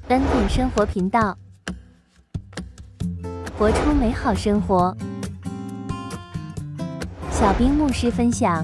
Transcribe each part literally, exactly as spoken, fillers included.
恩典生活频道，活出美好生活。小兵牧师分享。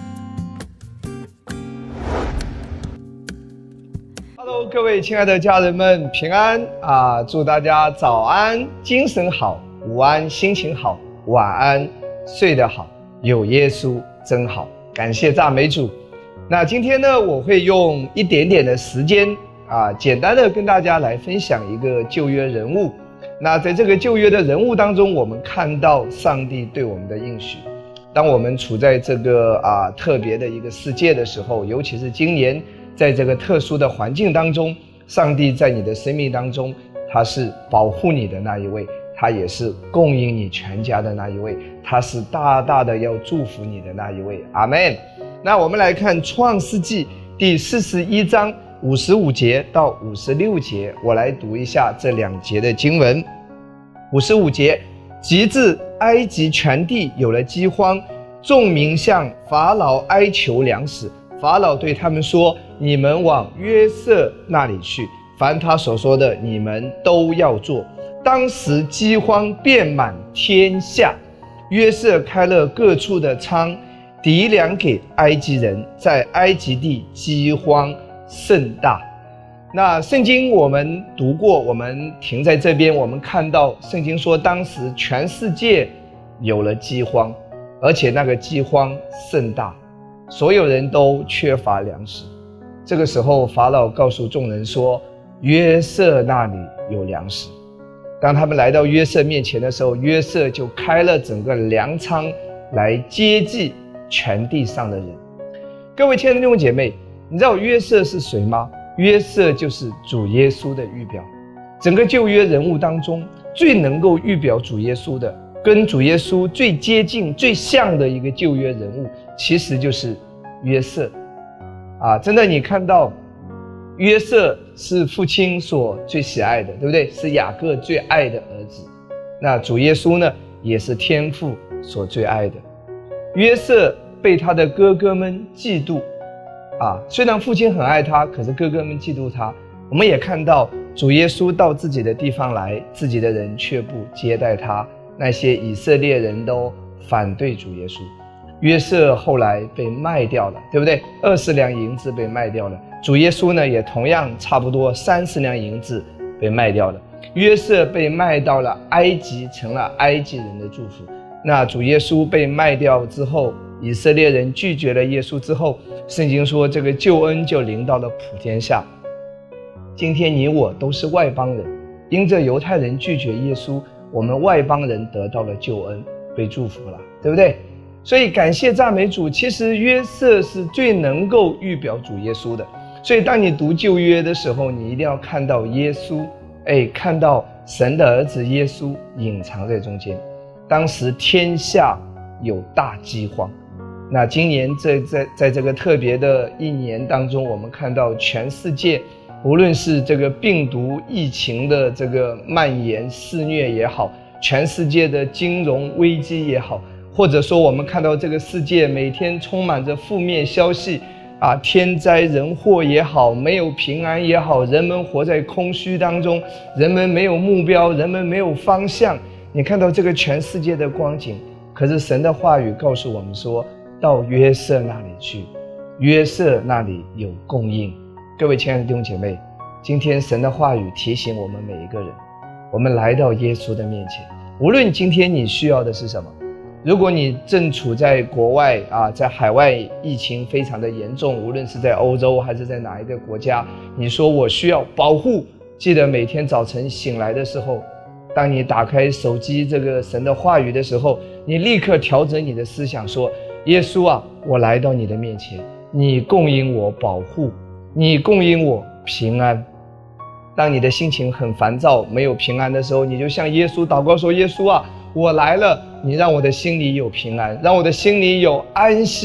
Hello， 各位亲爱的家人们，平安啊！祝大家早安，精神好；午安，心情好；晚安，睡得好。有耶稣真好，感谢赞美主。那今天呢，我会用一点点的时间啊，简单的跟大家来分享一个旧约人物。那在这个旧约的人物当中，我们看到上帝对我们的应许。当我们处在这个啊特别的一个世界的时候，尤其是今年在这个特殊的环境当中，上帝在你的生命当中，他是保护你的那一位，他也是供应你全家的那一位，他是大大的要祝福你的那一位。阿们。那我们来看创世纪第四十一章五十五节到五十六节，我来读一下这两节的经文。五十五节，及至埃及全地有了饥荒，众民向法老哀求粮食。法老对他们说：你们往约瑟那里去，凡他所说的，你们都要做。当时饥荒遍满天下，约瑟开了各处的仓，籴粮给埃及人，在埃及地饥荒甚大。那圣经我们读过，我们停在这边，我们看到圣经说，当时全世界有了饥荒，而且那个饥荒甚大，所有人都缺乏粮食。这个时候法老告诉众人说，约瑟那里有粮食。当他们来到约瑟面前的时候，约瑟就开了整个粮仓来接济全地上的人。各位亲爱的弟兄姐妹，你知道约瑟是谁吗？约瑟就是主耶稣的预表。整个旧约人物当中，最能够预表主耶稣的，跟主耶稣最接近最像的一个旧约人物，其实就是约瑟啊！真的，你看到约瑟是父亲所最喜爱的，对不对？是雅各最爱的儿子。那主耶稣呢，也是天父所最爱的。约瑟被他的哥哥们嫉妒啊，虽然父亲很爱他，可是哥哥们嫉妒他。我们也看到主耶稣到自己的地方来，自己的人却不接待他，那些以色列人都反对主耶稣。约瑟后来被卖掉了，对不对？二十两银子被卖掉了。主耶稣呢，也同样差不多三十两银子被卖掉了。约瑟被卖到了埃及，成了埃及人的祝福。那主耶稣被卖掉之后，以色列人拒绝了耶稣之后，圣经说这个救恩就临到了普天下。今天你我都是外邦人，因着犹太人拒绝耶稣，我们外邦人得到了救恩，被祝福了，对不对？所以感谢赞美主，其实约瑟是最能够预表主耶稣的。所以当你读旧约的时候，你一定要看到耶稣，哎，看到神的儿子耶稣隐藏在中间。当时天下有大饥荒，那今年在在在这个特别的一年当中，我们看到全世界，无论是这个病毒疫情的这个蔓延肆虐也好，全世界的金融危机也好，或者说我们看到这个世界每天充满着负面消息啊，天灾人祸也好，没有平安也好，人们活在空虚当中，人们没有目标，人们没有方向。你看到这个全世界的光景，可是神的话语告诉我们说，到约瑟那里去，约瑟那里有供应。各位亲爱的弟兄姐妹，今天神的话语提醒我们每一个人，我们来到耶稣的面前，无论今天你需要的是什么。如果你正处在国外啊，在海外疫情非常的严重，无论是在欧洲还是在哪一个国家，你说我需要保护，记得每天早晨醒来的时候，当你打开手机这个神的话语的时候，你立刻调整你的思想，说耶稣啊，我来到你的面前，你供应我保护，你供应我平安。当你的心情很烦躁没有平安的时候，你就向耶稣祷告说，耶稣啊，我来了，你让我的心里有平安，让我的心里有安息，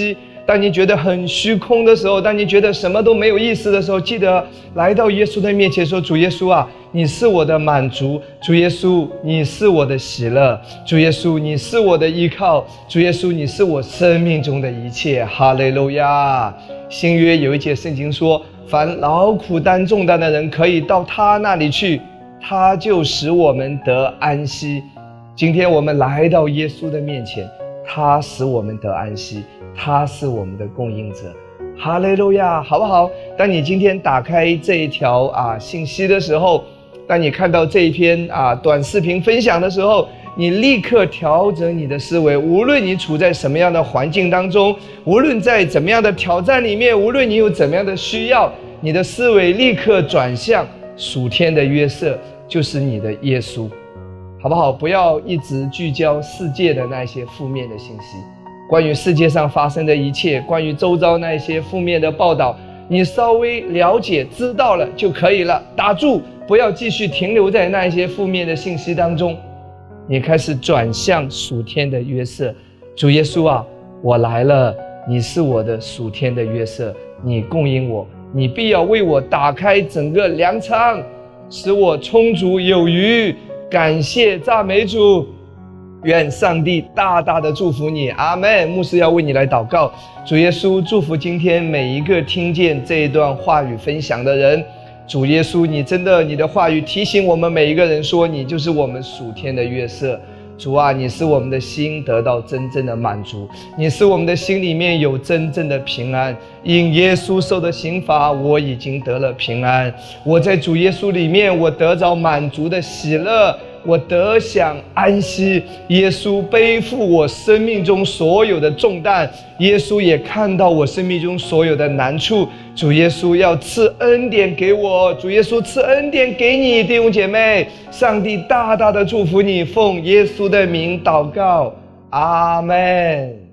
当你觉得很虚空的时候，当你觉得什么都没有意思的时候，记得来到耶稣的面前说，主耶稣啊，你是我的满足，主耶稣你是我的喜乐，主耶稣你是我的依靠，主耶稣你是我生命中的一切。哈利路亚。新约有一节圣经说，凡劳苦担重担的人可以到他那里去，他就使我们得安息。今天我们来到耶稣的面前，他使我们得安息，他是我们的供应者。哈利路亚，好不好？当你今天打开这一条啊信息的时候，当你看到这一篇啊短视频分享的时候，你立刻调整你的思维，无论你处在什么样的环境当中，无论在怎么样的挑战里面，无论你有怎么样的需要，你的思维立刻转向属天的约瑟，就是你的耶稣，好不好？不要一直聚焦世界的那些负面的信息，关于世界上发生的一切，关于周遭那些负面的报道，你稍微了解知道了就可以了，打住，不要继续停留在那些负面的信息当中，你开始转向属天的约瑟。主耶稣啊，我来了，你是我的属天的约瑟，你供应我，你必要为我打开整个粮仓，使我充足有余。感谢赞美主，愿上帝大大的祝福你，阿们。牧师要为你来祷告。主耶稣，祝福今天每一个听见这一段话语分享的人。主耶稣，你真的，你的话语提醒我们每一个人说，你就是我们属天的约瑟。主啊，你使我们的心得到真正的满足，你使我们的心里面有真正的平安。因耶稣受的刑罚，我已经得了平安。我在主耶稣里面，我得着满足的喜乐，我得享安息。耶稣背负我生命中所有的重担，耶稣也看到我生命中所有的难处。主耶稣要赐恩典给我，主耶稣赐恩典给你，弟兄姐妹，上帝大大的祝福你，奉耶稣的名祷告，阿们。